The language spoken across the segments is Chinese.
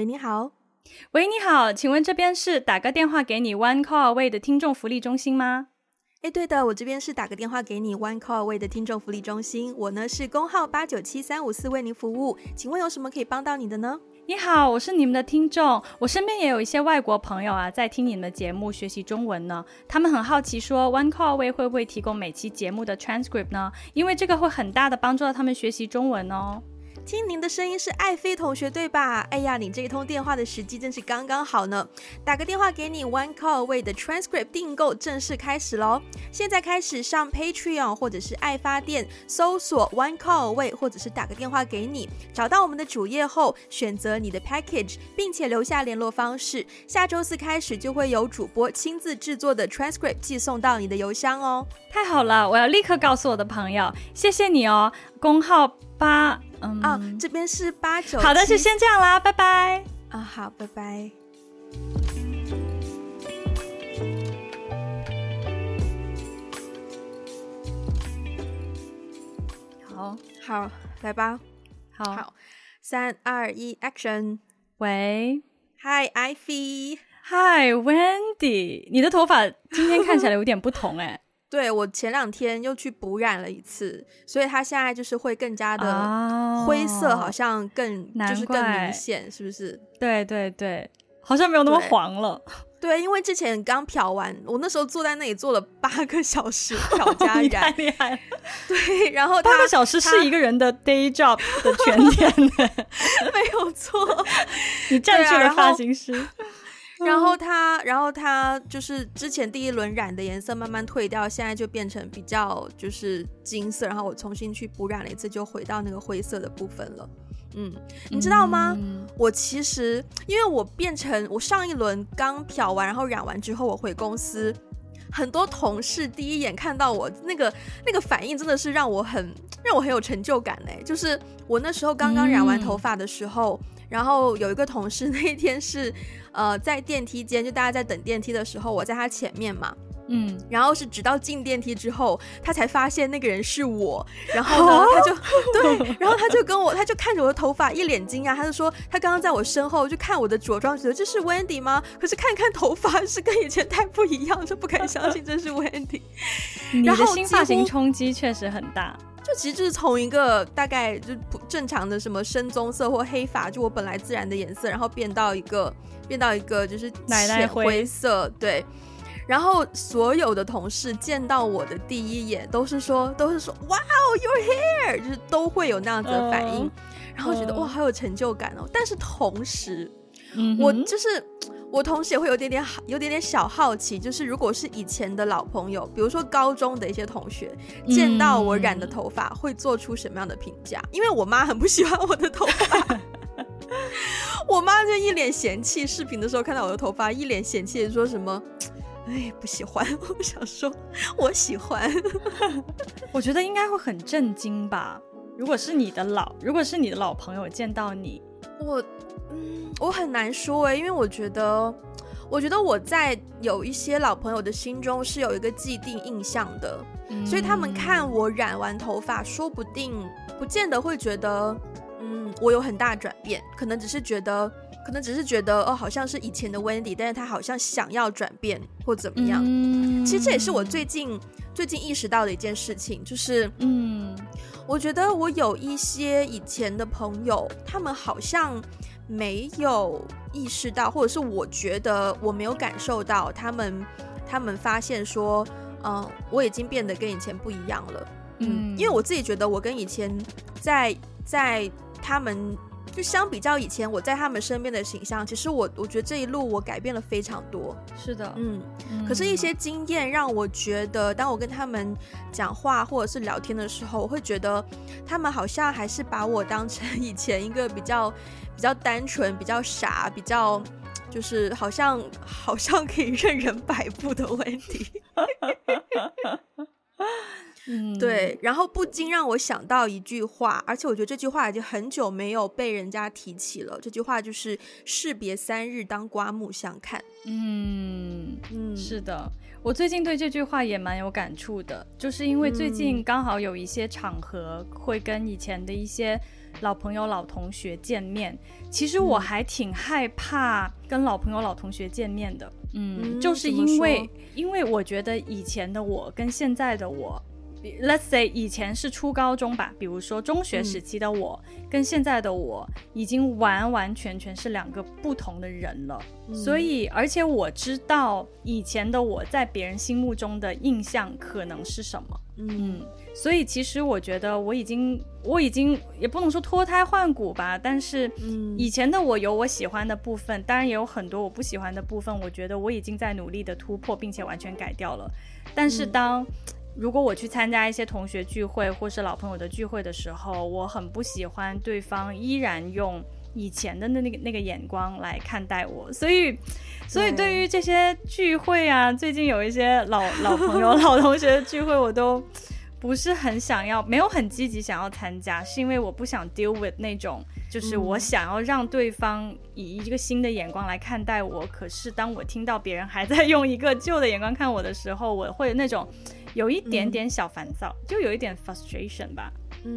喂，你好。 喂，你好，请问这边是打个电话给你 One Call Away 的听众福利中心吗？ 对的，我这边是打个电话给你 One Call Away 的听众福利中心，我呢是工号897354为您服务，请问有什么可以帮到你的呢？ 你好，我是你们的听众，我身边也有一些外国朋友啊，在听你们的节目学习中文呢。他们很好奇说 One Call Away 会不会提供每期节目的 transcript 呢？因为这个会很大的帮助到他们学习中文哦。 听您的声音是艾菲同学对吧？哎呀，你这一通电话的时机真是刚刚好呢。打个电话给你 One Call Away 的 transcript 订购正式开始咯。现在开始上 Patreon 或者是爱发电搜索 One Call Away， 或者是打个电话给你，找到我们的主页后选择你的 package 并且留下联络方式，下周四开始就会有主播亲自制作的 transcript 寄送到你的邮箱哦。 太好了，我要立刻告诉我的朋友，谢谢你哦。工号8 这边是89。 好的，就先这样啦，拜拜。 好，拜拜。好，来吧。好，3、2、1 ，Action。 喂 ，Hi Ivy。Hi Wendy， 你的头发今天看起来有点不同哎。 对，我前2天又去补染了一次，所以它现在就是会更加的灰色，好像就是更明显，是不是？ 对对对，好像没有那么黄了。 对，因为之前刚漂完，我那时候坐在那里坐了8个小时漂加染。 你太厉害了。 对，然后 8个小时是一个人的 day job 的全天没有错。 你占据了发型师。 然后它就是之前第一轮染的颜色慢慢退掉，现在就变成比较就是金色，然后我重新去补染了一次，就回到那个灰色的部分了。你知道吗？我其实因为我上一轮刚漂完，然后染完之后我回公司，很多同事第一眼看到我那个反应真的是让我很有成就感嘞。就是我那时候刚刚染完头发的时候，然后有一个同事那一天是在电梯间，就大家在等电梯的时候，我在他前面嘛，然后是直到进电梯之后，他才发现那个人是我，然后呢，然后他就看着我的头发一脸惊讶，他就说他刚刚在我身后就看我的着装，觉得这是 Wendy 吗？可是看看头发是跟以前太不一样，就不敢相信这是 Wendy。 你的新发型冲击确实很大。 就其实就是从一个大概就正常的什么深棕色或黑发，就我本来自然的颜色，然后变到一个就是浅灰色，对。然后所有的同事见到我的第一眼都是说哇 your hair， 就是都会有那样子的反应，然后觉得哇好有成就感哦。但是同时，我同时也会有点点小好奇，就是如果是以前的老朋友，比如说高中的一些同学，见到我染的头发会做出什么样的评价？因为我妈很不喜欢我的头发。我妈就一脸嫌弃，视频的时候看到我的头发一脸嫌弃，说什么不喜欢。我想说我喜欢。 我觉得应该会很震惊吧，如果是你的老朋友见到你。 我很难说因为我觉得我在有一些老朋友的心中是有一个既定印象的，所以他们看我染完头发，说不定不见得会觉得我有很大转变，可能只是觉得好像是以前的 Wendy， 但是他好像想要转变或怎么样。其实这也是我最近意识到的一件事情，就是我觉得我有一些以前的朋友，他们好像没有意识到，或者是我觉得我没有感受到他们发现说我已经变得跟以前不一样了。因为我自己觉得我跟以前在他们就相比较以前我在他们身边的形象，其实我觉得这一路我改变了非常多。 是的。 可是一些经验让我觉得，当我跟他们讲话或者是聊天的时候，我会觉得他们好像还是把我当成以前一个比较单纯、比较傻、比较就是好像可以任人摆布的问题。对，然后不禁让我想到一句话，而且我觉得这句话已经很久没有被人家提起了。这句话就是士别3日，当刮目相看。 是的，我最近对这句话也蛮有感触的，就是因为最近刚好有一些场合会跟以前的一些老朋友老同学见面，其实我还挺害怕跟老朋友老同学见面的。就是因为我觉得以前的我跟现在的我，let's say 以前是初高中吧，比如说中学时期的我，跟现在的我已经完完全全是两个不同的人了。所以而且我知道以前的我在别人心目中的印象可能是什么。所以其实我觉得我已经也不能说脱胎换骨吧，但是以前的我有我喜欢的部分，当然也有很多我不喜欢的部分，我觉得我已经在努力的突破并且完全改掉了。但是如果我去参加一些同学聚会或是老朋友的聚会的时候，我很不喜欢对方依然用以前的那个眼光来看待我，所以对于这些聚会啊，最近有一些老朋友老同学的聚会，我都不是很想要，没有很积极想要参加，是因为我不想 deal with 那种就是我想要让对方以一个新的眼光来看待我，可是当我听到别人还在用一个旧的眼光看我的时候，我会那种有一点点小烦躁，就有一点 frustration 吧。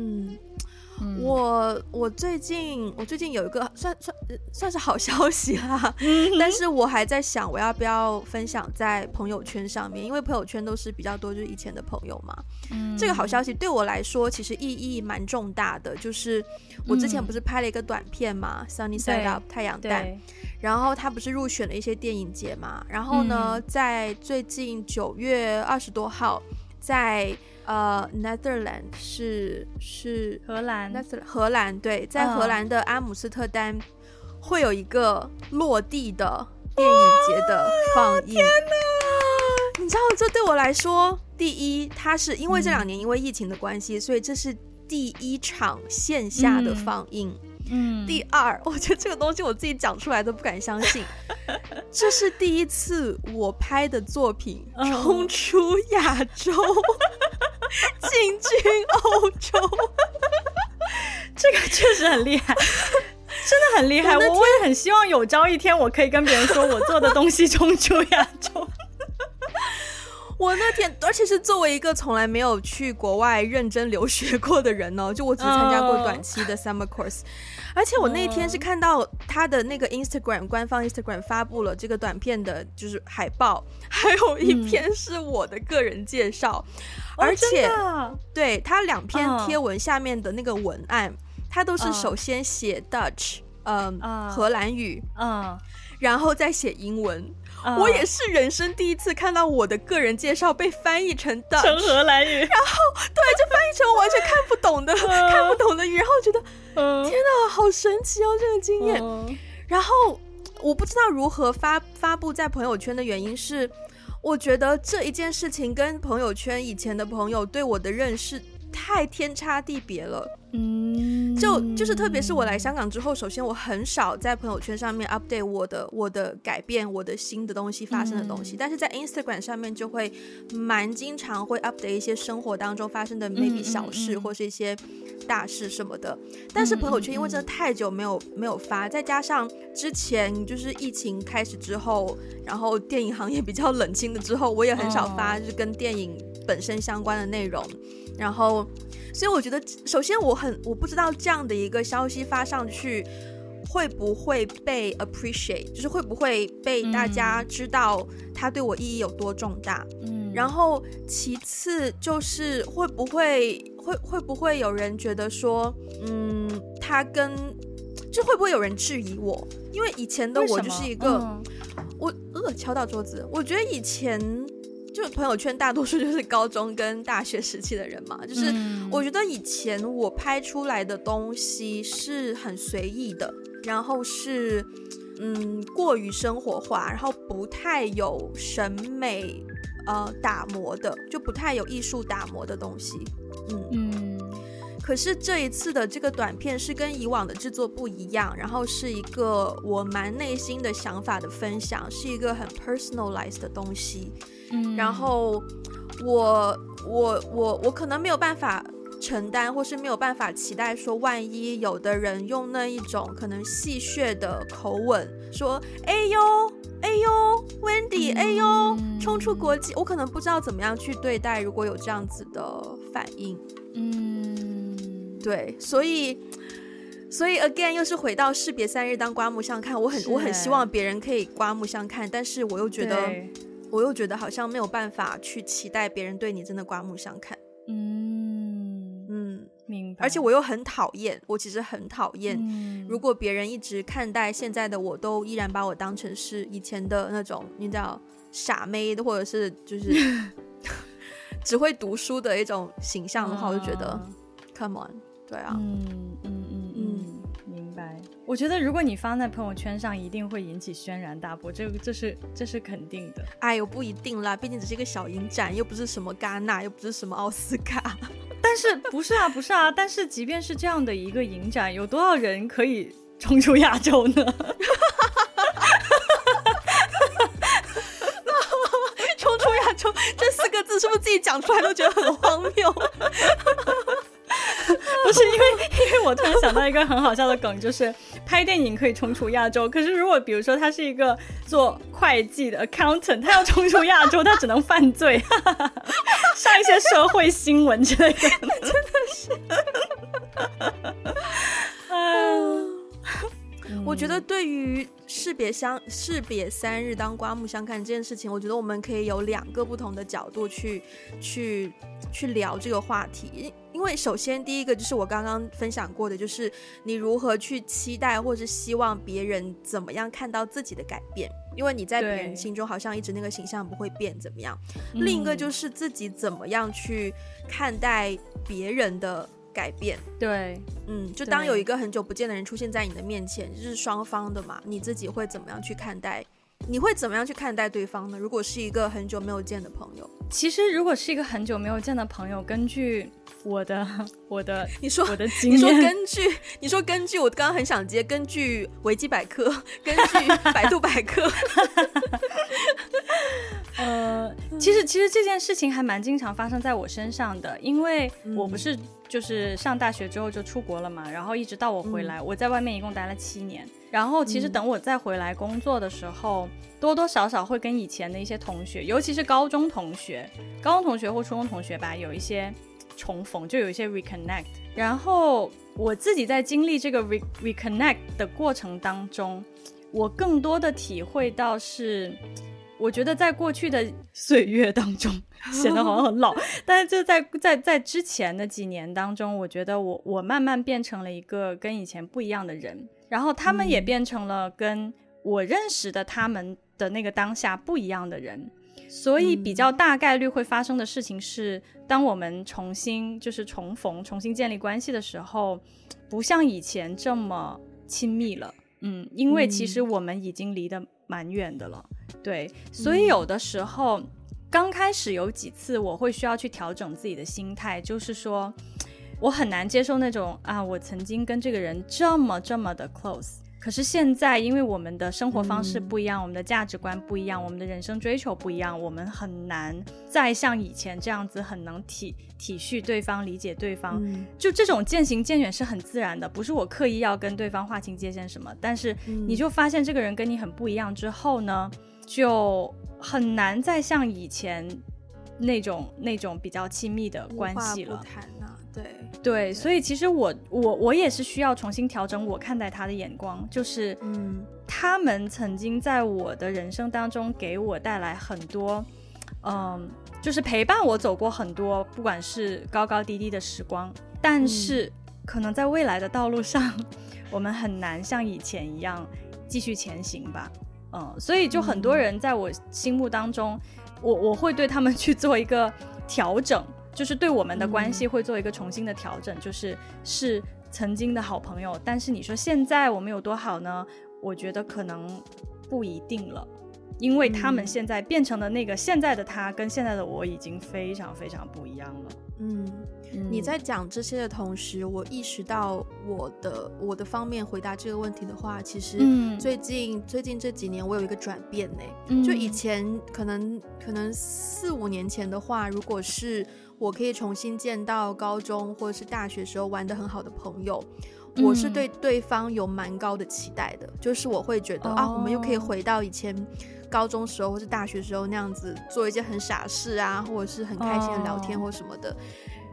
我最近有一个算是好消息啦，但是我还在想我要不要分享在朋友圈上面，因为朋友圈都是比较多就是以前的朋友嘛。这个好消息对我来说其实意义蛮重大的，就是我之前不是拍了一个短片嘛，Sunny Side Up 太阳蛋，然后他不是入选了一些电影节嘛，然后呢在最近9月20多号在Netherlands 是荷兰，对，在荷兰的阿姆斯特丹会有一个落地的电影节的放映。天哪！你知道这对我来说，第一，它是因为这2年因为疫情的关系，所以这是第1场线下的放映。第二，我觉得这个东西我自己讲出来都不敢相信，这是第1次我拍的作品冲出亚洲进军欧洲这个确实很厉害真的很厉害，我也很希望有朝一天我可以跟别人说我做的东西冲出亚洲我那天，而且是作为一个从来没有去国外认真留学过的人哦，就我只参加过短期的 summer course， 而且我那一天是看到他的那个 Instagram 官方 Instagram 发布了这个短片的就是海报，还有一篇是我的个人介绍，而且对他2篇贴文下面的那个文案，他都是首先写 Dutch 荷兰语，然后再写英文。我也是人生第1次看到我的个人介绍被翻译成荷兰语， 然后对，就翻译成我完全看不懂的语，然后觉得天哪，好神奇哦这个经验。然后我不知道如何发布在朋友圈的原因是，我觉得这一件事情跟朋友圈以前的朋友对我的认识太天差地别了。就是特别是我来香港之后，首先我很少在朋友圈上面 update 我的改变，我的新的东西发生的东西，但是在 Instagram 上面就会蛮经常会 update 一些生活当中发生的 maybe 小事或是一些大事什么的。但是朋友圈因为真的太久没有发，再加上之前就是疫情开始之后，然后电影行业比较冷清的之后，我也很少发就是跟电影本身相关的内容，然后所以我觉得首先我不知道这样的一个消息发上去会不会被 appreciate， 就是会不会被大家知道它对我意义有多重大。然后其次就是会不会有人觉得说他就会不会有人质疑我，因为以前的我就是一个我敲到桌子，我觉得以前就朋友圈大多数就是高中跟大学时期的人嘛，就是我觉得以前我拍出来的东西是很随意的，然后是过于生活化，然后不太有审美打磨的，就不太有艺术打磨的东西。可是这一次的这个短片是跟以往的制作不一样，然后是一个我蛮内心的想法的分享，是一个很 personalized 的东西。然后我可能没有办法承担，或是没有办法期待说万一有的人用那一种可能戏谑的口吻说哎呦 Wendy 哎呦冲出国际，我可能不知道怎么样去对待如果有这样子的反应。对，所以所以 again 又是回到士别三日当刮目相看，我很希望别人可以刮目相看，但是我又觉得好像没有办法去期待别人对你真的刮目相看。 明白。 而且我又很讨厌，我其实很讨厌如果别人一直看待现在的我都依然把我当成是以前的那种你知道傻妹的，或者是就是只会读书的一种形象的话，我就觉得 come on。 对啊， 明白。我觉得如果你放在朋友圈上一定会引起轩然大波，这是肯定的。 哎呦，不一定啦，毕竟只是一个小影展，又不是什么戛纳，又不是什么奥斯卡。 但是不是啊，但是即便是这样的一个影展，有多少人可以冲出亚洲呢？ 冲出亚洲这4个字是不是自己讲出来都觉得很荒谬？ 不是，因为我突然想到一个很好笑的梗，就是拍电影可以冲出亚洲，可是如果比如说他是一个做会计的 accountant， 他要冲出亚洲，他只能犯罪，上一些社会新闻之类的，真的是。我觉得对于士别三日当刮目相看这件事情，我觉得我们可以有2个不同的角度去聊这个话题。因为首先第一个就是我刚刚分享过的，就是你如何去期待或是希望别人怎么样看到自己的改变，因为你在别人心中好像一直那个形象不会变怎么样。另一个就是自己怎么样去看待别人的改变。 对， 就当有一个很久不见的人出现在你的面前，就是双方的嘛，你自己会怎么样去看待？你会怎么样去看待对方呢？如果是一个很久没有见的朋友， 其实如果是一个很久没有见的朋友，根据我的你说我的经验， 你说根据我刚刚很想接，根据维基百科，根据百度百科。 其实这件事情还蛮经常发生在我身上的，因为我不是就是上大学之后就出国了嘛，然后一直到我回来，我在外面一共待了7年，然后其实等我再回来工作的时候，多多少少会跟以前的一些同学，尤其是高中同学或初中同学吧，有一些重逢，就有一些 reconnect。 然后我自己在经历这个 reconnect 的过程当中，我更多的体会到是，我觉得在过去的岁月当中显得好像很老但是就在之前的几年当中，我觉得我慢慢变成了一个跟以前不一样的人，然后他们也变成了跟我认识的他们的那个当下不一样的人。所以比较大概率会发生的事情是，当我们重新建立关系的时候，不像以前这么亲密了。因为其实我们已经离得蛮远的了。对，所以有的时候刚开始有几次我会需要去调整自己的心态，就是说我很难接受那种我曾经跟这个人这么的 close， 可是现在因为我们的生活方式不一样，我们的价值观不一样，我们的人生追求不一样，我们很难再像以前这样子很能体恤对方，理解对方。就这种渐行渐远是很自然的，不是我刻意要跟对方划清界限什么，但是你就发现这个人跟你很不一样之后呢，就很难再像以前那种比较亲密的关系了。 无话不谈啊。 对，所以其实我也是需要重新调整我看待他的眼光，就是他们曾经在我的人生当中给我带来很多就是陪伴我走过很多不管是高高低低的时光，但是可能在未来的道路上我们很难像以前一样继续前行吧。所以就很多人在我心目当中，我会对他们去做一个调整，就是对我们的关系会做一个重新的调整，就是曾经的好朋友，但是你说现在我们有多好呢？我觉得可能不一定了，因为他们现在变成的那个现在的他跟现在的我已经非常非常不一样了。 你在讲这些的同时，我意识到我的方面回答这个问题的话，其实最近这几年我有一个转变呢。就以前可能4-5年前的话，如果是我可以重新见到高中或者是大学时候玩得很好的朋友，我是对对方有蛮高的期待的，就是我会觉得我们又可以回到以前高中时候或是大学时候那样子做一些很傻事啊，或者是很开心的聊天或什么的。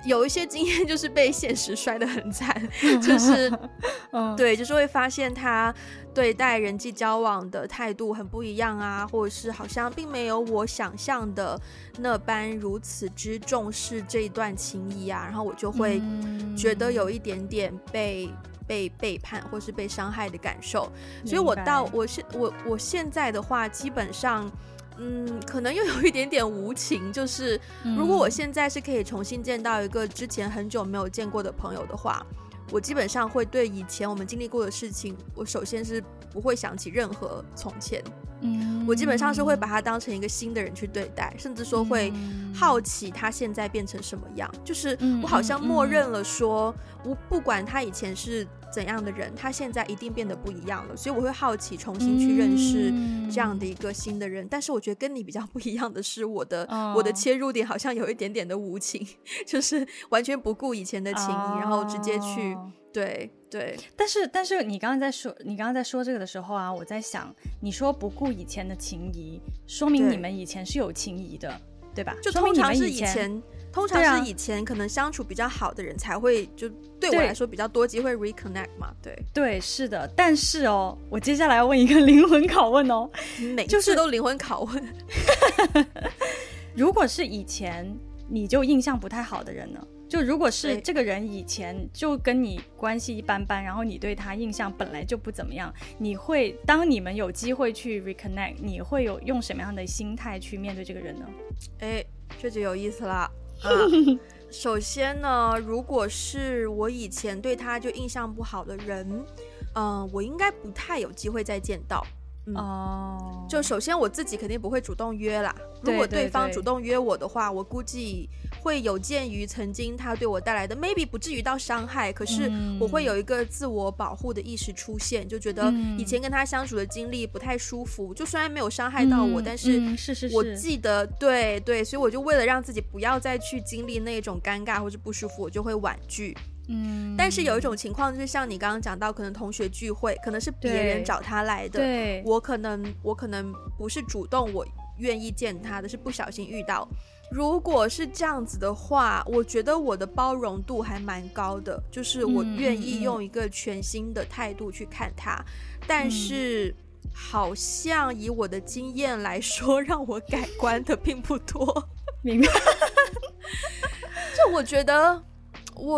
有一些经验就是被现实摔得很惨，就是对，就是会发现他对待人际交往的态度很不一样啊，或者是好像并没有我想象的那般如此之重视这一段情谊啊，然后我就会觉得有一点点被背叛或是被伤害的感受。所以我现在的话基本上可能又有一点点无情，就是如果我现在是可以重新见到一个之前很久没有见过的朋友的话，我基本上会对以前我们经历过的事情，我首先是不会想起任何从前，我基本上是会把他当成一个新的人去对待，甚至说会好奇他现在变成什么样，就是我好像默认了说我不管他以前是怎样的人，他现在一定变得不一样了，所以我会好奇重新去认识这样的一个新的人。但是我觉得跟你比较不一样的是我的切入点好像有一点点的无情，就是完全不顾以前的情谊，然后直接去对。 但是你刚刚在说这个的时候啊，我在想，你说不顾以前的情谊，说明你们以前是有情谊的，对吧？ 就通常是以前可能相处比较好的人才会，就对我来说比较多机会 reconnect 嘛。 对，是的。但是哦，我接下来要问一个灵魂拷问哦， 每次都灵魂拷问。 如果是以前你就印象不太好的人呢？就如果是这个人以前就跟你关系一般般，然后你对他印象本来就不怎么样，你会当你们有机会去 reconnect， 你会用什么样的心态去面对这个人呢？ 这就有意思了。首先呢，如果是我以前对他就印象不好的人，我应该不太有机会再见到。就首先我自己肯定不会主动约啦，如果对方主动约我的话，我估计会有鉴于曾经他对我带来的 maybe 不至于到伤害，可是我会有一个自我保护的意识出现，就觉得以前跟他相处的经历不太舒服，就虽然没有伤害到我，但是我记得对，所以我就为了让自己不要再去经历那种尴尬或者不舒服，我就会婉拒。但是有一种情况就是像你刚刚讲到，可能同学聚会可能是别人找他来的，我可能不是主动我愿意见他的，是不小心遇到。如果是这样子的话，我觉得我的包容度还蛮高的，就是我愿意用一个全新的态度去看他，但是好像以我的经验来说，让我改观的并不多。 明白。 就我觉得我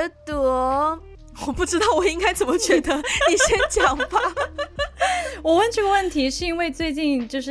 不知道我应该怎么觉得，你先讲吧。 我问这个问题是因为最近就是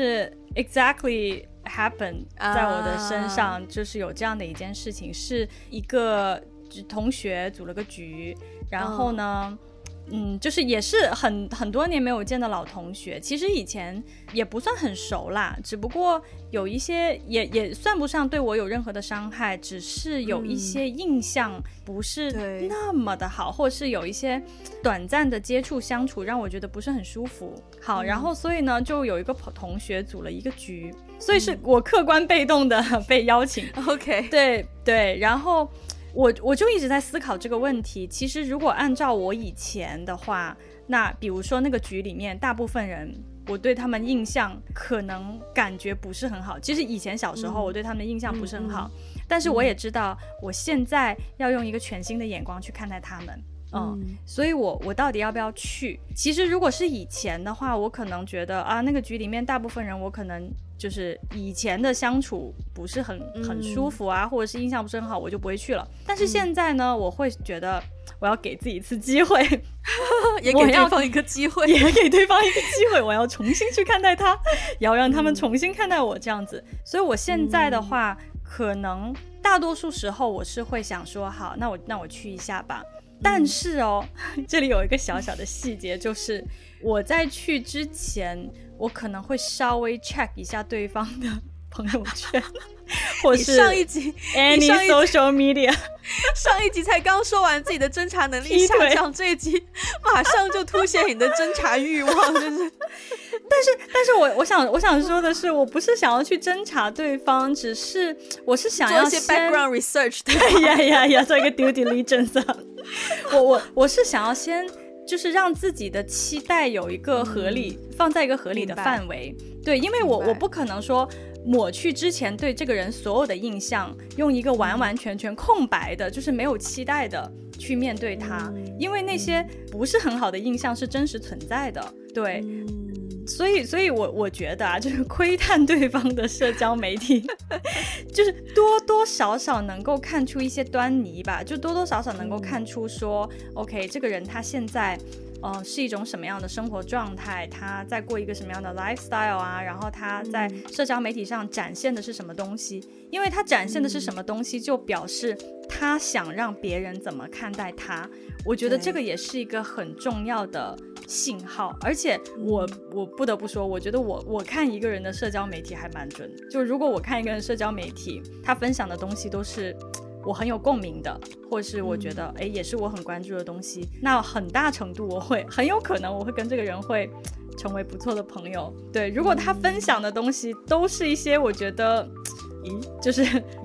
exactly happen 在我的身上，就是有这样的一件事情，是一个同学组了个局，然后呢就是也是很多年没有见的老同学，其实以前也不算很熟啦，只不过有一些也算不上对我有任何的伤害，只是有一些印象不是那么的好，或是有一些短暂的接触相处让我觉得不是很舒服。好，然后所以呢就有一个同学组了一个局，所以是我客观被动的被邀请。 OK， 对，然后我就一直在思考这个问题。其实如果按照我以前的话，那比如说那个局里面大部分人我对他们印象可能感觉不是很好，其实以前小时候我对他们的印象不是很好，但是我也知道我现在要用一个全新的眼光去看待他们。所以我到底要不要去？其实如果是以前的话，我可能觉得那个局里面大部分人我可能就是以前的相处不是很舒服啊，或者是印象不是很好，我就不会去了。但是现在呢，我会觉得我要给自己一次机会， 也给对方一个机会， 也给对方一个机会，我要重新去看待他，也要让他们重新看待我这样子。所以我现在的话，可能大多数时候我是会想说，好，那我去一下吧。但是这里有一个小小的细节，就是我在去之前，我可能会稍微 check 一下对方的朋友圈，或是上一集 any social media。 上一集才刚说完自己的侦查能力下降，这一集马上就凸显你的侦查欲望，就是但是我想说的是，我不是想要去侦查对方，只是我是想要做一些 background research。 呀做一个 due diligence。 我是想要先就是让自己的期待有一个合理，放在一个合理的范围。对，因为我不可能说抹去之前对这个人所有的印象，用一个完完全全空白的，就是没有期待的去面对他，因为那些不是很好的印象是真实存在的。对，所以我觉得啊，就是窥探对方的社交媒体就是多多少少能够看出一些端倪吧，就多多少少能够看出说 OK 这个人他现在是一种什么样的生活状态，他在过一个什么样的 lifestyle 啊，然后他在社交媒体上展现的是什么东西，因为他展现的是什么东西就表示他想让别人怎么看待他，我觉得这个也是一个很重要的信号。而且我不得不说，我觉得我看一个人的社交媒体还蛮准的，就如果我看一个人社交媒体他分享的东西都是我很有共鸣的，或是我觉得也是我很关注的东西，那很大程度很有可能我会跟这个人会成为不错的朋友。对，如果他分享的东西都是一些我觉得就是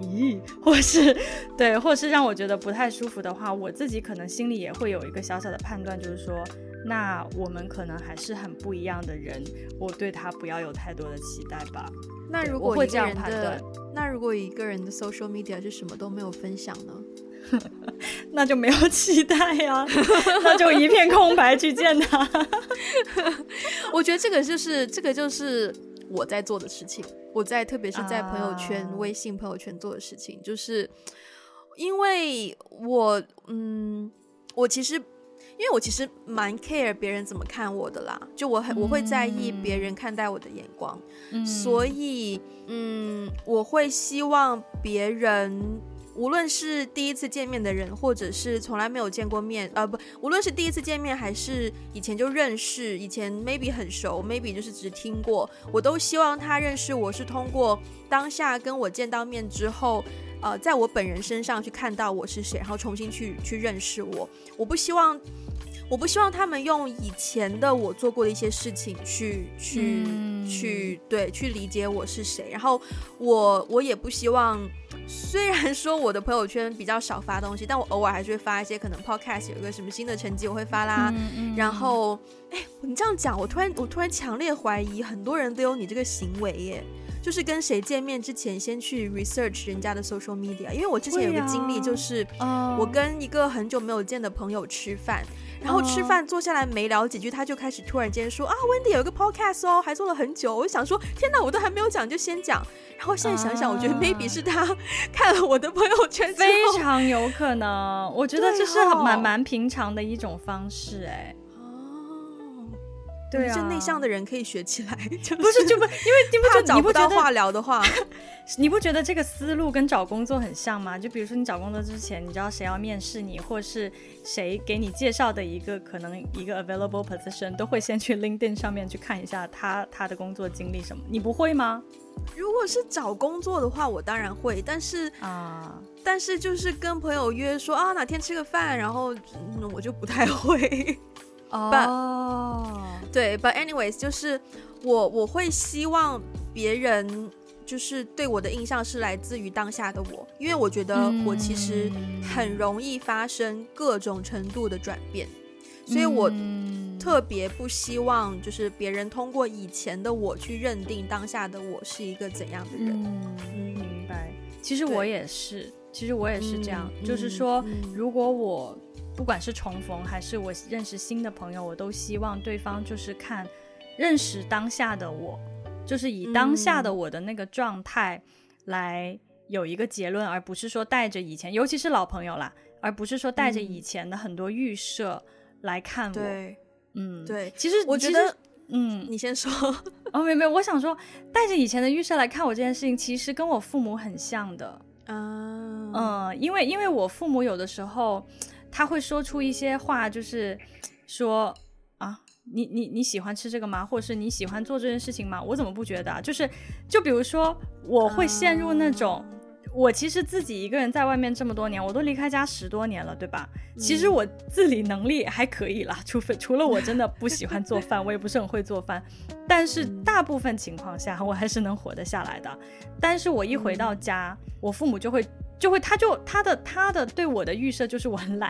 或是让我觉得不太舒服的话，我自己可能心里也会有一个小小的判断，就是说那我们可能还是很不一样的人，我对他不要有太多的期待吧。 那如果我会这样判断。 那如果一个人的 social media 是什么都没有分享呢？ 那就没有期待啊那就一片空白去见他我觉得这个就是我在做的事情，特别是在朋友圈微信朋友圈做的事情，就是因为我其实蛮 care 别人怎么看我的啦，就我会在意别人看待我的眼光，所以我会希望别人无论是第一次见面的人，或者是从来没有见过面无论是第一次见面还是以前就认识，以前 maybe 很熟 maybe 就是只听过，我都希望他认识我是通过当下跟我见到面之后在我本人身上去看到我是谁，然后重新去认识我。我不希望他们用以前的我做过的一些事情去理解我是谁，然后我也不希望，虽然说我的朋友圈比较少发东西，但我偶尔还是会发一些可能 podcast 有一个什么新的成绩我会发啦，然后你这样讲我突然强烈怀疑很多人都有你这个行为耶，就是跟谁见面之前先去 research 人家的 social media。 因为我之前有个经历，就是我跟一个很久没有见的朋友吃饭，然后吃饭坐下来没聊几句，他就开始突然间说Wendy 有一个 podcast 哦，还做了很久。我就想说天哪，我都还没有讲就先讲。然后现在想想我觉得 maybe 是他看了我的朋友圈之后， 非常有可能，我觉得这是蛮平常的一种方式对啊， 就内向的人可以学起来， 不是因为找不到话聊的话你不觉得这个思路跟找工作很像吗？就比如说你找工作之前，你知道谁要面试你，或是谁给你介绍的可能一个 available position， 都会先去 LinkedIn 上面去看一下他的工作经历什么，你不会吗？ 如果是找工作的话我当然会，但是就是跟朋友约说哪天吃个饭，然后我就不太会对 but anyways 就是我会希望别人就是对我的印象是来自于当下的我，因为我觉得我其实很容易发生各种程度的转变，所以我特别不希望就是别人通过以前的我去认定当下的我是一个怎样的人。 明白。其实我也是这样，就是说如果我不管是重逢还是我认识新的朋友，我都希望对方就是认识当下的我，就是以当下的我的那个状态来有一个结论，而不是说带着以前，尤其是老朋友啦，而不是说带着以前的很多预设来看我。 对， 其实我觉得你先说没有，我想说带着以前的预设来看我这件事情，其实跟我父母很像的因为我父母有的时候他会说出一些话，就是说你喜欢吃这个吗？或者是你喜欢做这件事情吗？我怎么不觉得就比如说我会陷入那种我其实自己一个人在外面这么多年，我都离开家10多年了，对吧？其实我自理能力还可以啦，除了我真的不喜欢做饭我也不是很会做饭，但是大部分情况下我还是能活得下来的。但是我一回到家我父母就会他的对我的预设就是我很懒，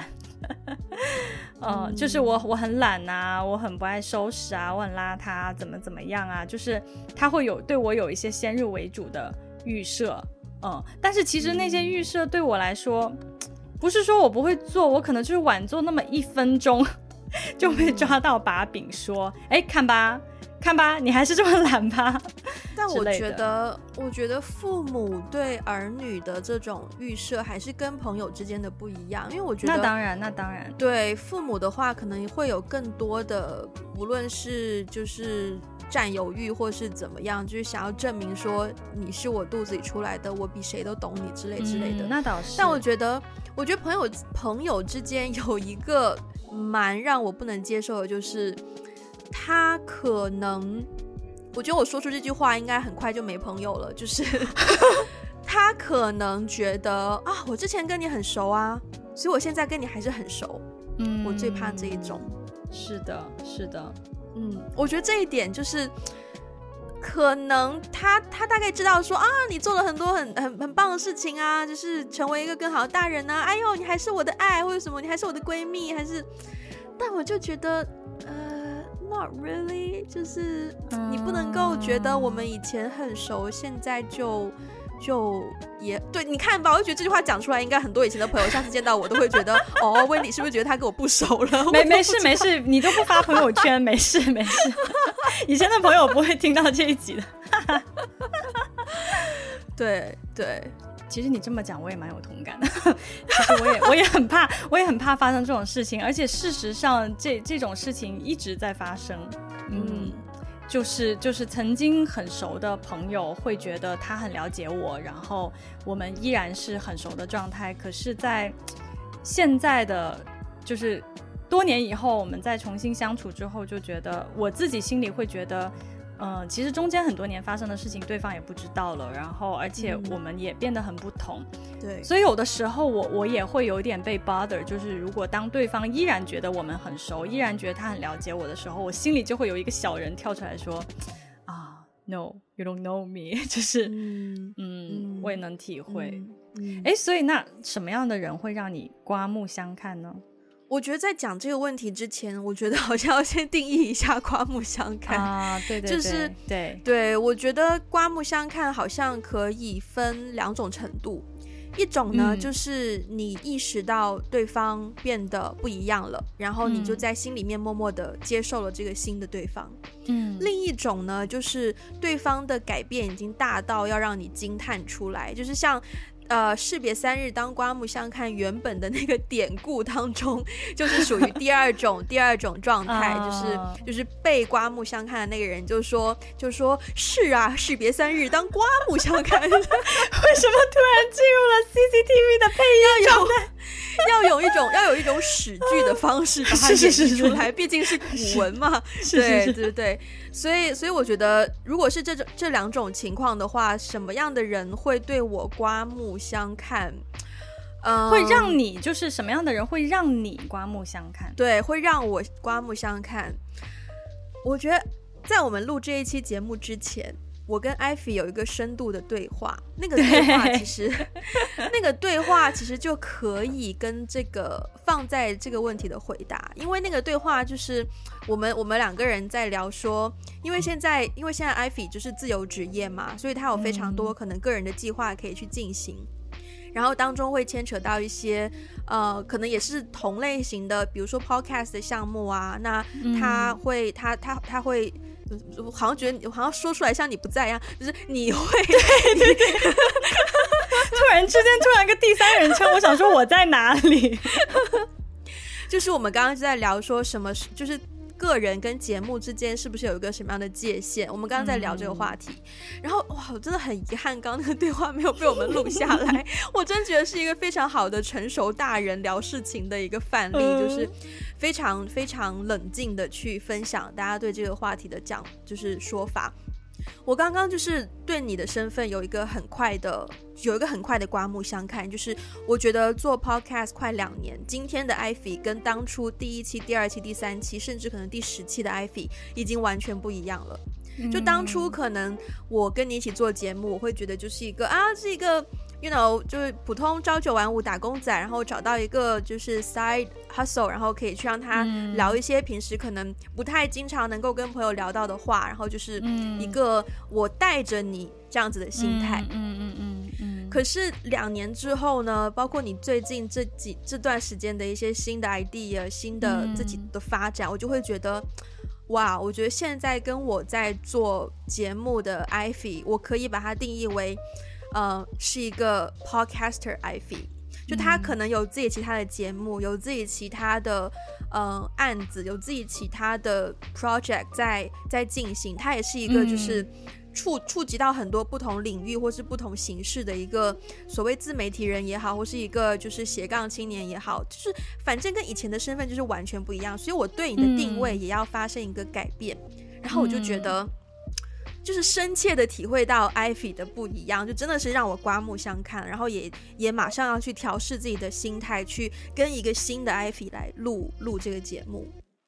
就是我很懒啊，我很不爱收拾啊，我很邋遢，怎么样啊，就是他会对我有一些先入为主的预设。但是其实那些预设对我来说，不是说我不会做，我可能就是晚做那么1分钟就被抓到把柄说，看吧，你还是这么懒吧。 但我觉得父母对儿女的这种预设还是跟朋友之间的不一样，因为我觉得那当然， 对父母的话可能会有更多的，无论是就是占有欲或是怎么样，就是想要证明说你是我肚子里出来的，我比谁都懂你之类的。 那倒是。 但我觉得朋友之间有一个蛮让我不能接受的，就是他可能，我觉得我说出这句话应该很快就没朋友了，就是他可能觉得啊，我之前跟你很熟啊，所以我现在跟你还是很熟。我最怕这一种。 是的。 我觉得这一点就是可能他大概知道说啊，你做了很多很棒的事情啊，就是成为一个更好的大人啊，哎呦，你还是我的爱，或者什么，你还是我的闺蜜，还是，但我就觉得not really， 就是你不能够觉得我们以前很熟，现在就也对，你看吧，我就觉得这句话讲出来，应该很多以前的朋友下次见到我都会觉得温妮是不是觉得他跟我不熟了？ 没事，你都不发朋友圈，没事，以前的朋友不会听到这一集的。 对， 其实你这么讲我也蛮有同感的。其实我也很怕发生这种事情，而且事实上这种事情一直在发生。就是曾经很熟的朋友会觉得他很了解我，然后我们依然是很熟的状态，可是在现在的就是多年以后我们再重新相处之后，就觉得我自己心里会觉得其实中间很多年发生的事情对方也不知道了，然后而且我们也变得很不同。 对， 所以有的时候我也会有点被 bother， 就是如果当对方依然觉得我们很熟，依然觉得他很了解我的时候，我心里就会有一个小人跳出来说No you don't know me， 就是我也能体会。所以那什么样的人会让你刮目相看呢？ 我觉得在讲这个问题之前，我觉得好像要先定义一下刮目相看啊。对， 就是对，我觉得刮目相看好像可以分2种程度。一种呢，就是你意识到对方变得不一样了，然后你就在心里面默默的接受了这个新的对方。另一种呢，就是对方的改变已经大到要让你惊叹出来，就是像士别三日當刮目相看原本的那个典故当中，就是属于第二种状态，就是被刮目相看的那个人就说是啊，士别三日當刮目相看。为什么突然进入了 CCTV 的配音状态？ 要有一种史剧的方式把它演绎出来，毕竟是古文嘛。对，所以我觉得，如果是这2种情况的话，什么样的人会对我刮目相看？ 会让你就是什么样的人会让你刮目相看？ 对，会让我刮目相看。我觉得在我们录这一期节目之前，我跟 Ivy 有一个深度的对话，那个对话其实就可以跟这个放在这个问题的回答，因为那个对话就是我们2个人在聊说，因为现在 Ivy 就是自由职业嘛，所以他有非常多可能个人的计划可以去进行，然后当中会牵扯到一些可能也是同类型的，比如说 podcast 的项目啊，那他会好像觉得好像说出来像你不在一样，就是你会对突然一个第三人称，我想说我在哪里？ 就是我们刚刚就在聊说什么，就是个人跟节目之间是不是有一个什么样的界限，我们刚刚在聊这个话题。然后我真的很遗憾刚刚那个对话没有被我们录下来。我真觉得是一个非常好的成熟大人聊事情的一个范例，就是非常非常冷静的去分享大家对这个话题的就是说法。我刚刚就是对你的身份有一个很快的刮目相看，就是我觉得做 podcast 快2年，今天的 Ivy 跟当初第1期、第2期、第3期，甚至可能第10期的 Ivy 已经完全不一样了。就当初可能我跟你一起做节目，我会觉得就是一个是一个 you know 就是普通朝九晚五打工仔，然后找到一个就是 side hustle， 然后可以去让他聊一些平时可能不太经常能够跟朋友聊到的话，然后就是一个我带着你这样子的心态。可是2年之后呢，包括你最近这段时间的一些新的 idea， 新的自己的发展，我就会觉得哇，我觉得现在跟我在做节目的 Ivy， 我可以把它定义为是一个 podcaster Ivy， 就他可能有自己其他的节目，有自己其他的案子，有自己其他的 project 在进行，他也是一个就是触及到很多不同领域或是不同形式的一个所谓自媒体人也好，或是一个就是斜杠青年也好，就是反正跟以前的身份就是完全不一样，所以我对你的定位也要发生一个改变。然后我就觉得就是深切的体会到 Ivy 的不一样，就真的是让我刮目相看，然后也马上要去调试自己的心态，去跟一个新的 Ivy 来录这个节目。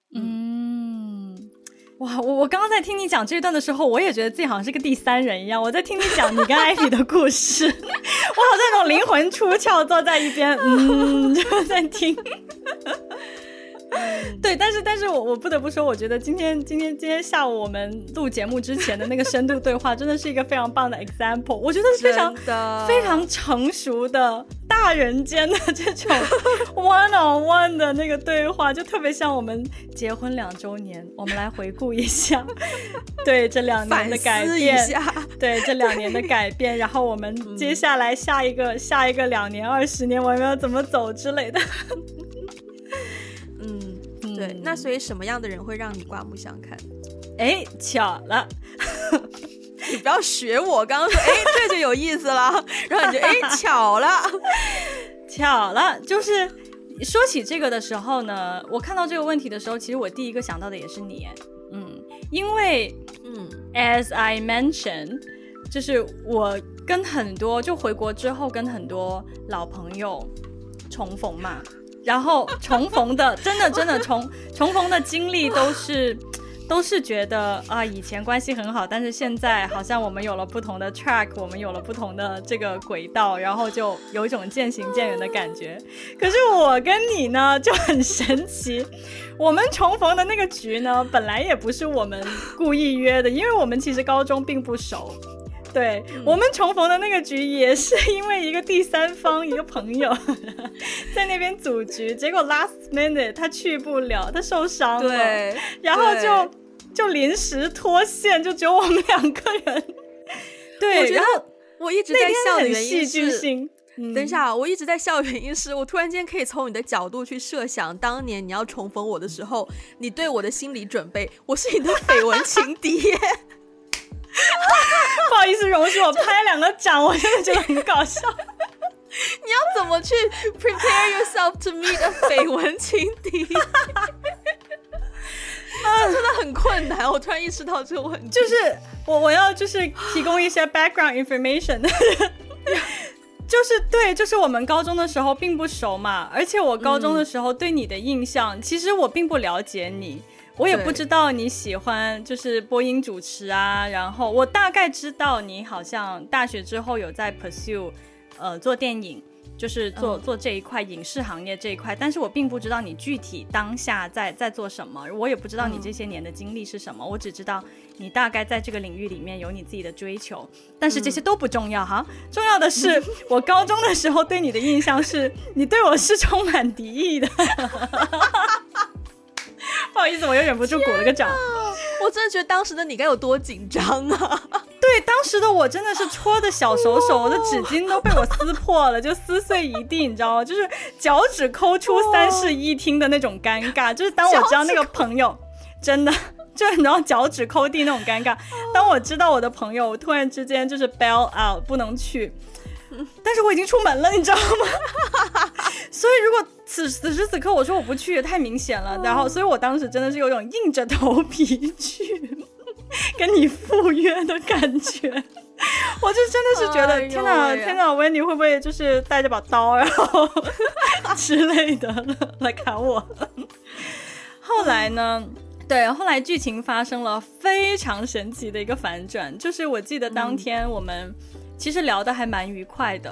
哇，我刚刚在听你讲这一段的时候，我也觉得自己好像是个第三人一样，我在听你讲你跟Ivy的故事我好像那种灵魂出窍，坐在一边就在听对，但是我不得不说，我觉得今天下午我们录节目之前的那个深度对话真的是一个非常棒的 example， 我觉得是非常成熟的大人间的这种 one on one 的那个对话，就特别像我们结婚2周年，我们来回顾一下对这2年的改变， 反思一下， 对这2年的改变，然后我们接下来下一个2年20年我们要怎么走之类的对，那所以什么样的人会让你刮目相看？ 巧了你不要学我刚刚说这就有意思了，然后你就巧了就是说起这个的时候呢，我看到这个问题的时候，其实我第一个想到的也是你。因为as I mentioned， 就是我跟很多就回国之后跟很多老朋友重逢嘛，然后重逢的真的重逢的经历都是觉得以前关系很好，但是现在好像我们有了不同的 track， 我们有了不同的这个轨道，然后就有一种渐行渐远的感觉。可是我跟你呢就很神奇，我们重逢的那个局呢本来也不是我们故意约的，因为我们其实高中并不熟。对，我们重逢的那个局也是因为一个第三方一个朋友在那边组局，结果 last minute 他去不了，他受伤了， 对， 然后就临时脱线，就只有我们2个人。对，然后我一直在笑的原因是戏剧性。 等一下，我一直在笑的原因是我突然间可以从你的角度去设想，当年你要重逢我的时候，你对我的心理准备，我是你的绯闻情敌耶不好意思，容许我拍2个掌，我真的觉得很搞笑你要怎么去 prepare yourself to meet a 绯闻情敌这真的很困难，我突然意识到这个问题。 就是我要就是提供一些 background information 就是对，就是我们高中的时候并不熟嘛，而且我高中的时候对你的印象，其实我并不了解你，我也不知道你喜欢就是播音主持啊，然后我大概知道你好像大学之后有在 pursue 做电影，就是做这一块影视行业这一块，但是我并不知道你具体当下在做什么，我也不知道你这些年的经历是什么，我只知道你大概在这个领域里面有你自己的追求，但是这些都不重要哈，重要的是我高中的时候对你的印象是你对我是充满敌意的不好意思，我又忍不住鼓了个掌。 我真的觉得当时的你该有多紧张啊对，当时的我真的是戳的小手我的纸巾都被我撕破了，就撕碎一地，你知道吗？就是脚趾抠出3室1厅的那种尴尬，就是当我知道那个朋友真的就你知道脚趾抠地那种尴尬，当我知道我的朋友突然之间就是 bail out 不能去，但是我已经出门了，你知道吗所以如果此时此刻我说我不去也太明显了，然后所以我当时真的是有种硬着头皮去跟你赴约的感觉我就真的是觉得天哪维尼会不会就是带着把刀然后之类的来砍我后来呢对，后来剧情发生了非常神奇的一个反转，就是我记得当天我们其实聊得还蛮愉快的，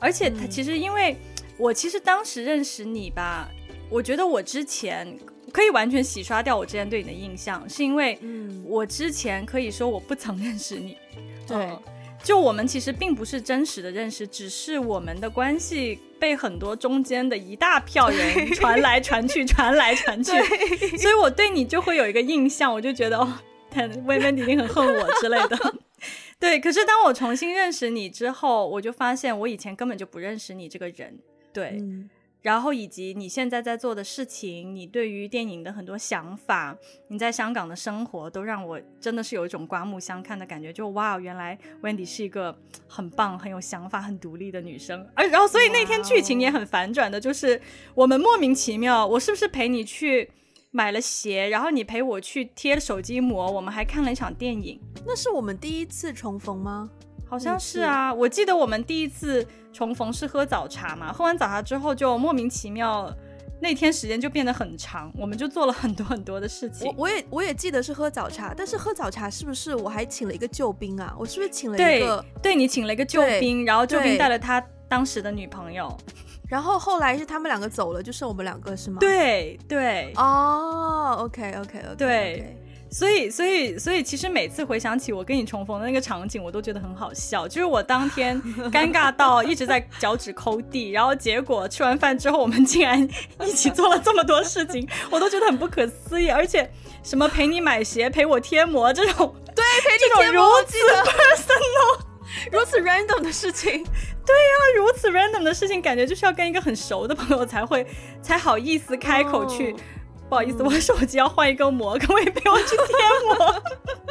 而且他其实因为我其实当时认识你吧，我觉得我之前可以完全洗刷掉我之前对你的印象，是因为我之前可以说我不曾认识你。 对， 就我们其实并不是真实的认识，只是我们的关系被很多中间的一大票人传来传去传来传去，所以我对你就会有一个印象，我就觉得哦，Wendy 一定很恨我之类的对，可是当我重新认识你之后，我就发现我以前根本就不认识你这个人。对，然后以及你现在在做的事情，你对于电影的很多想法，你在香港的生活，都让我真的是有一种刮目相看的感觉，就哇，原来 Wendy 是一个很棒很有想法很独立的女生。然后所以那天剧情也很反转的，就是我们莫名其妙，我是不是陪你去买了鞋，然后你陪我去贴了手机膜，我们还看了一场电影。 那是我们第一次重逢吗？ 好像是啊，我记得我们第一次重逢是喝早茶嘛，喝完早茶之后就莫名其妙那天时间就变得很长，我们就做了很多很多的事情。 我也记得是喝早茶，但是喝早茶是不是我还请了一个救兵啊？我是不是请了一个？ 对，你请了一个救兵，然后救兵带了他当时的女朋友， 然后后来是他们两个走了，就剩我们两个是吗？ 对哦 OK 对。所以其实每次回想起我跟你重逢的那个场景，我都觉得很好笑。就是我当天尴尬到一直在脚趾抠地，然后结果吃完饭之后，我们竟然一起做了这么多事情，我都觉得很不可思议。而且什么陪你买鞋、陪我贴膜这种， 对，陪你贴膜， 如此 personal、 如此 random 的事情，对呀，如此 random 的事情，感觉就是要跟一个很熟的朋友才好意思开口去。不好意思，我手机要换一个膜，可不可以陪我去贴膜？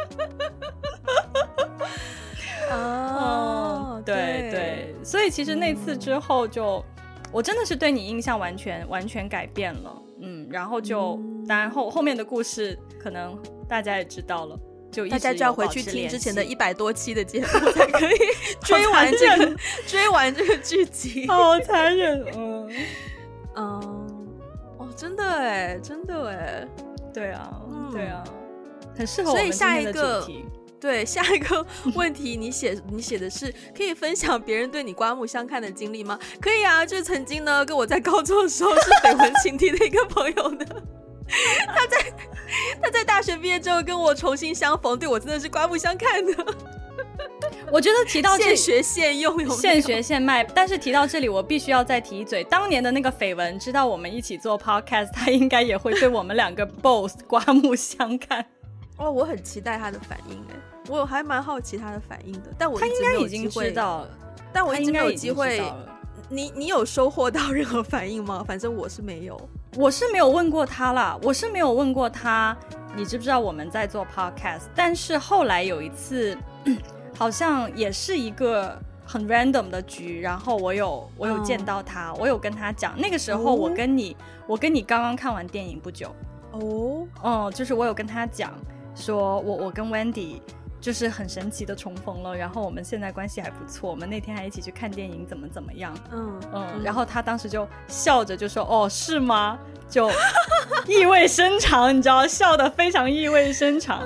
对，所以其实那次之后我真的是对你印象完全改变了，然后当然后面的故事可能大家也知道了，就一直大家就要回去听之前的100多期的节目才可以追完这个剧集， 好残忍， 真的哎， 对啊，很适合我们今天的主题。 对，下一个问题你写的是可以分享别人对你刮目相看的经历吗？可以啊，就是曾经呢跟我在高中的时候是绯闻情敌的一个朋友呢他在大学毕业之后跟我重新相逢，对我真的是刮目相看的。 我觉得提到这里现学现用，有没有？ 现学现卖。但是提到这里，我必须要再提一嘴，当年的那个绯闻知道我们一起做 podcast， 他应该也会对我们两个 both 刮目相看。 我很期待他的反应我还蛮好奇他的反应的，但我一直没有机会，他应该已经知道了，但我一直没有机会。你有收获到任何反应吗？反正我是没有。 我是没有问过他啦，你知不知道我们在做 podcast？ 但是后来有一次好像也是一个很 random 的局，然后我有见到他，我有跟他讲，那个时候我跟你刚刚看完电影不久就是我有跟他讲说我跟 Wendy 就是很神奇的重逢了，然后我们现在关系还不错，我们那天还一起去看电影怎么样，然后他当时就笑着就说是吗，就意味深长，你知道，笑得非常意味深长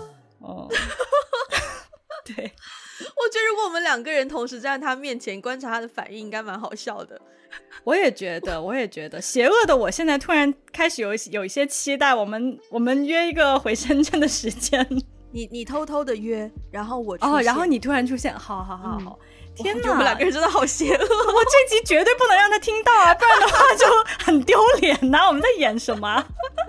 对， 我觉得如果我们两个人同时站在他面前观察他的反应，应该蛮好笑的。 我也觉得邪恶的我现在突然开始有一些期待，我们约一个回深圳的时间。 你偷偷的约，然后我出现然后你突然出现，好。天哪， 我们两个人真的好邪恶！ 我这集绝对不能让他听到啊，不然的话就很丢脸呐。我们在演什么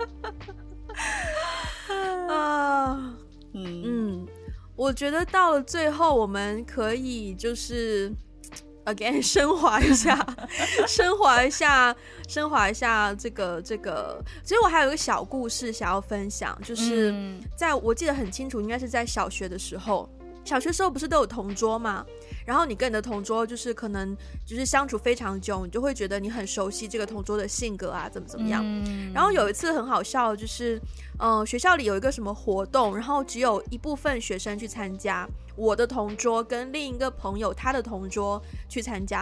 我觉得到了最后，我们可以就是again 升华一下这个。其实我还有一个小故事想要分享，就是在我记得很清楚，应该是在小学的时候。小学时候不是都有同桌吗？然后你跟你的同桌就是可能就是相处非常久，你就会觉得你很熟悉这个同桌的性格啊，怎么样。然后有一次很好笑，就是学校里有一个什么活动，然后只有一部分学生去参加，我的同桌跟另一个朋友他的同桌去参加了。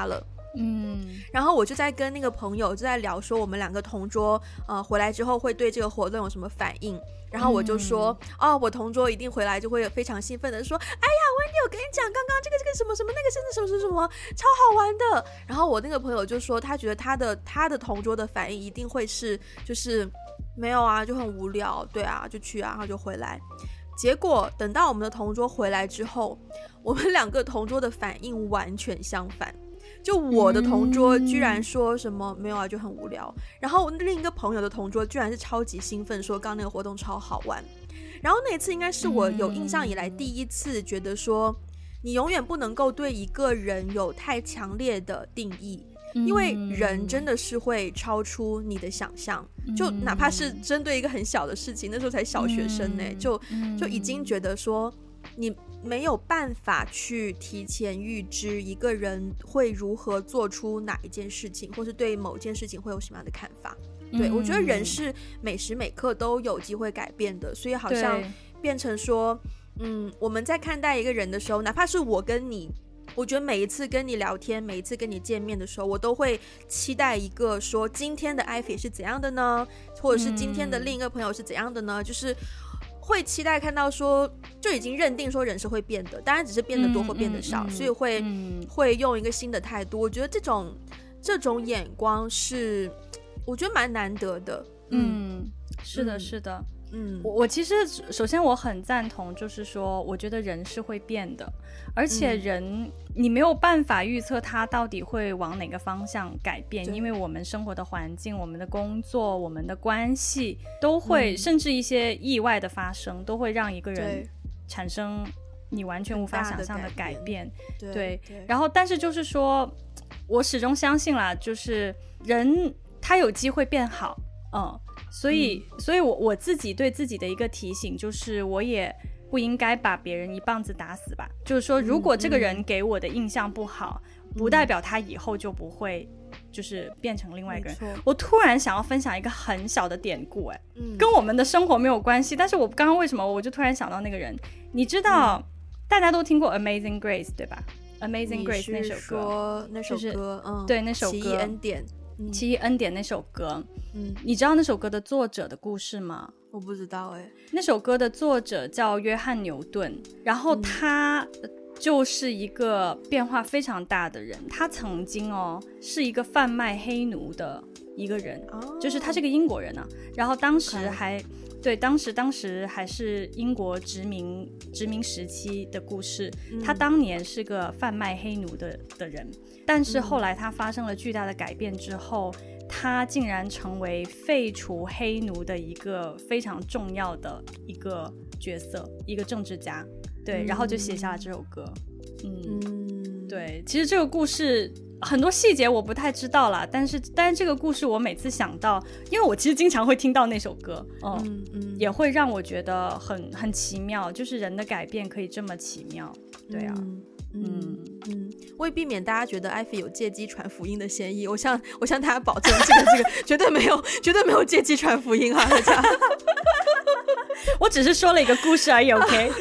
然后我就在跟那个朋友就在聊说我们2个同桌回来之后会对这个活动有什么反应，然后我就说我同桌一定回来就会非常兴奋的说，哎呀Wendy我跟你讲刚刚这个什么什么那个是什么超好玩的，然后我那个朋友就说他觉得他的同桌的反应一定会是就是没有啊就很无聊，对啊就去啊然后就回来，结果等到我们的同桌回来之后，我们2个同桌的反应完全相反，就我的同桌居然说什么没有啊就很无聊，然后另一个朋友的同桌居然是超级兴奋说刚刚那个活动超好玩，然后那一次应该是我有印象以来第一次觉得说你永远不能够对一个人有太强烈的定义，因为人真的是会超出你的想象，就哪怕是针对一个很小的事情，那时候才小学生呢，就已经觉得说你没有办法去提前预知一个人会如何做出哪一件事情，或是对某件事情会有什么样的看法。对，我觉得人是每时每刻都有机会改变的，所以好像变成说我们在看待一个人的时候，哪怕是我跟你，我觉得每一次跟你聊天，每一次跟你见面的时候，我都会期待一个说今天的Ivy是怎样的呢，或者是今天的另一个朋友是怎样的呢，就是会期待看到说就已经认定说人是会变的，当然只是变得多或变得少，所以会用一个新的态度，我觉得这种眼光是我觉得蛮难得的。 是的是的。我其实首先我很赞同，就是说我觉得人是会变的，而且人你没有办法预测他到底会往哪个方向改变，因为我们生活的环境，我们的工作，我们的关系都会甚至一些意外的发生都会让一个人产生你完全无法想象的改变。对，然后但是就是说我始终相信啦，就是人他有机会变好，所以我自己对自己的一个提醒就是，我也不应该把别人一棒子打死吧。就是说，如果这个人给我的印象不好，不代表他以后就不会就是变成另外一个人。我突然想要分享一个很小的典故，跟我们的生活没有关系，但是我刚刚为什么我就突然想到那个人？你知道，大家都听过 Amazing Grace 对吧？ Amazing Grace 那首歌，对，那首歌奇异恩典。奇异恩典那首歌，你知道那首歌的作者的故事吗？ 我不知道那首歌的作者叫约翰牛顿，然后他就是一个变化非常大的人，他曾经是一个贩卖黑奴的一个人，就是他是个英国人啊，然后当时还对，当时还是英国殖民时期的故事，他当年是个贩卖黑奴的人，但是后来他发生了巨大的改变之后，他竟然成为废除黑奴的一个非常重要的一个角色，一个政治家，对，然后就写下了这首歌。对，其实这个故事很多细节我不太知道啦，但是这个故事我每次想到，因为我其实经常会听到那首歌，也会让我觉得很奇妙，就是人的改变可以这么奇妙。对啊， 为避免大家觉得Ivy有借机传福音的嫌疑，我向大家保证，这个绝对没有借机传福音啊，大家。 我只是说了一个故事而已 ，OK？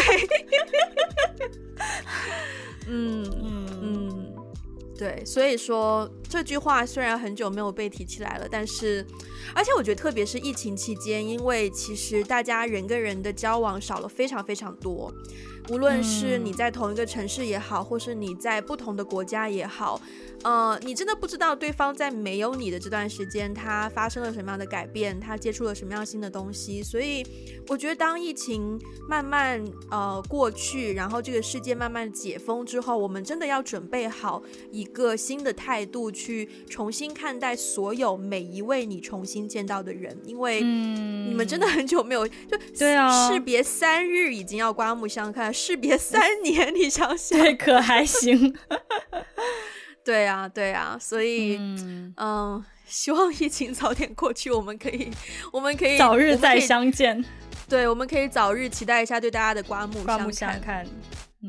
对，所以说这句话虽然很久没有被提起来了，但是而且我觉得特别是疫情期间，因为其实大家人跟人的交往少了非常非常多，无论是你在同一个城市也好，或是你在不同的国家也好，你真的不知道对方在没有你的这段时间他发生了什么样的改变，他接触了什么样新的东西。所以我觉得当疫情慢慢过去，然后这个世界慢慢解封之后，我们真的要准备好一个新的态度去重新看待所有每一位你重新见到的人，因为你们真的很久没有对啊， 士别3日已经要刮目相看，士别3年你想想， 对，可还行。 对啊，所以希望疫情早点过去，我们可以早日再相见。 对，我们可以早日期待一下对大家的刮目相看。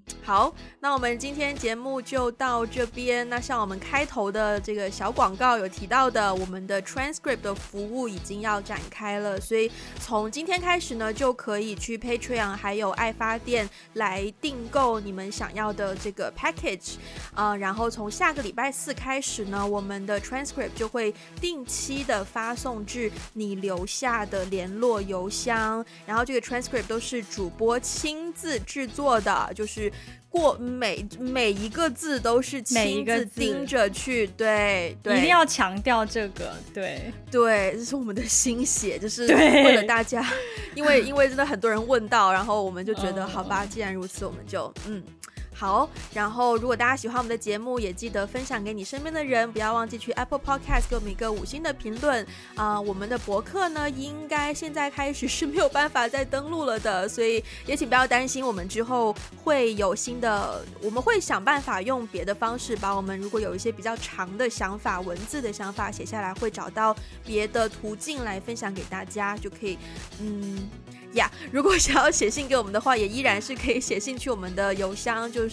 好，那我们今天节目就到这边。那像我们开头的这个小广告有提到的，我们的 transcript 的服务已经要展开了，所以从今天开始呢，就可以去 Patreon 还有爱发电来订购你们想要的这个 package。然后从下个礼拜4开始呢，我们的 transcript 就会定期的发送至你留下的联络邮箱。然后这个 transcript 都是主播亲自制作的，就是每一个字都是亲自盯着去，对， 一定要强调这个，对， 这是我们的心血，就是为了大家，因为真的很多人问到，然后我们就觉得好吧，既然如此，我们就好，然后如果大家喜欢我们的节目，也记得分享给你身边的人，不要忘记去 Apple Podcast 给我们一个5星的评论。我们的博客呢，应该现在开始是没有办法再登录了的，所以也请不要担心，我们之后会有新的，我们会想办法用别的方式把我们如果有一些比较长的想法、文字的想法写下来，会找到别的途径来分享给大家，就可以如果想要写信给我们的话，也依然是可以写信去我们的邮箱，就是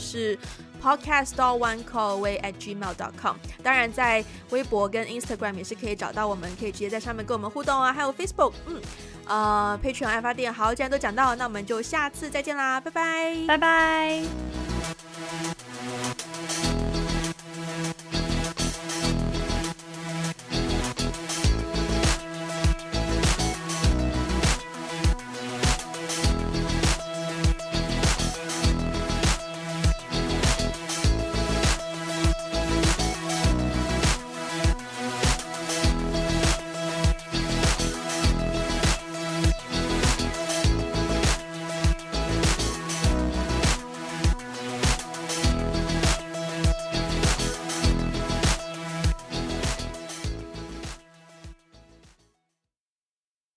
podcast.onecallaway@gmail.com。 当然在微博跟 Instagram 也是可以找到我们，可以直接在上面跟我们互动啊，还有 Facebook Patreon 爱发电。好，既然都讲到了，那我们就下次再见啦，拜拜拜拜。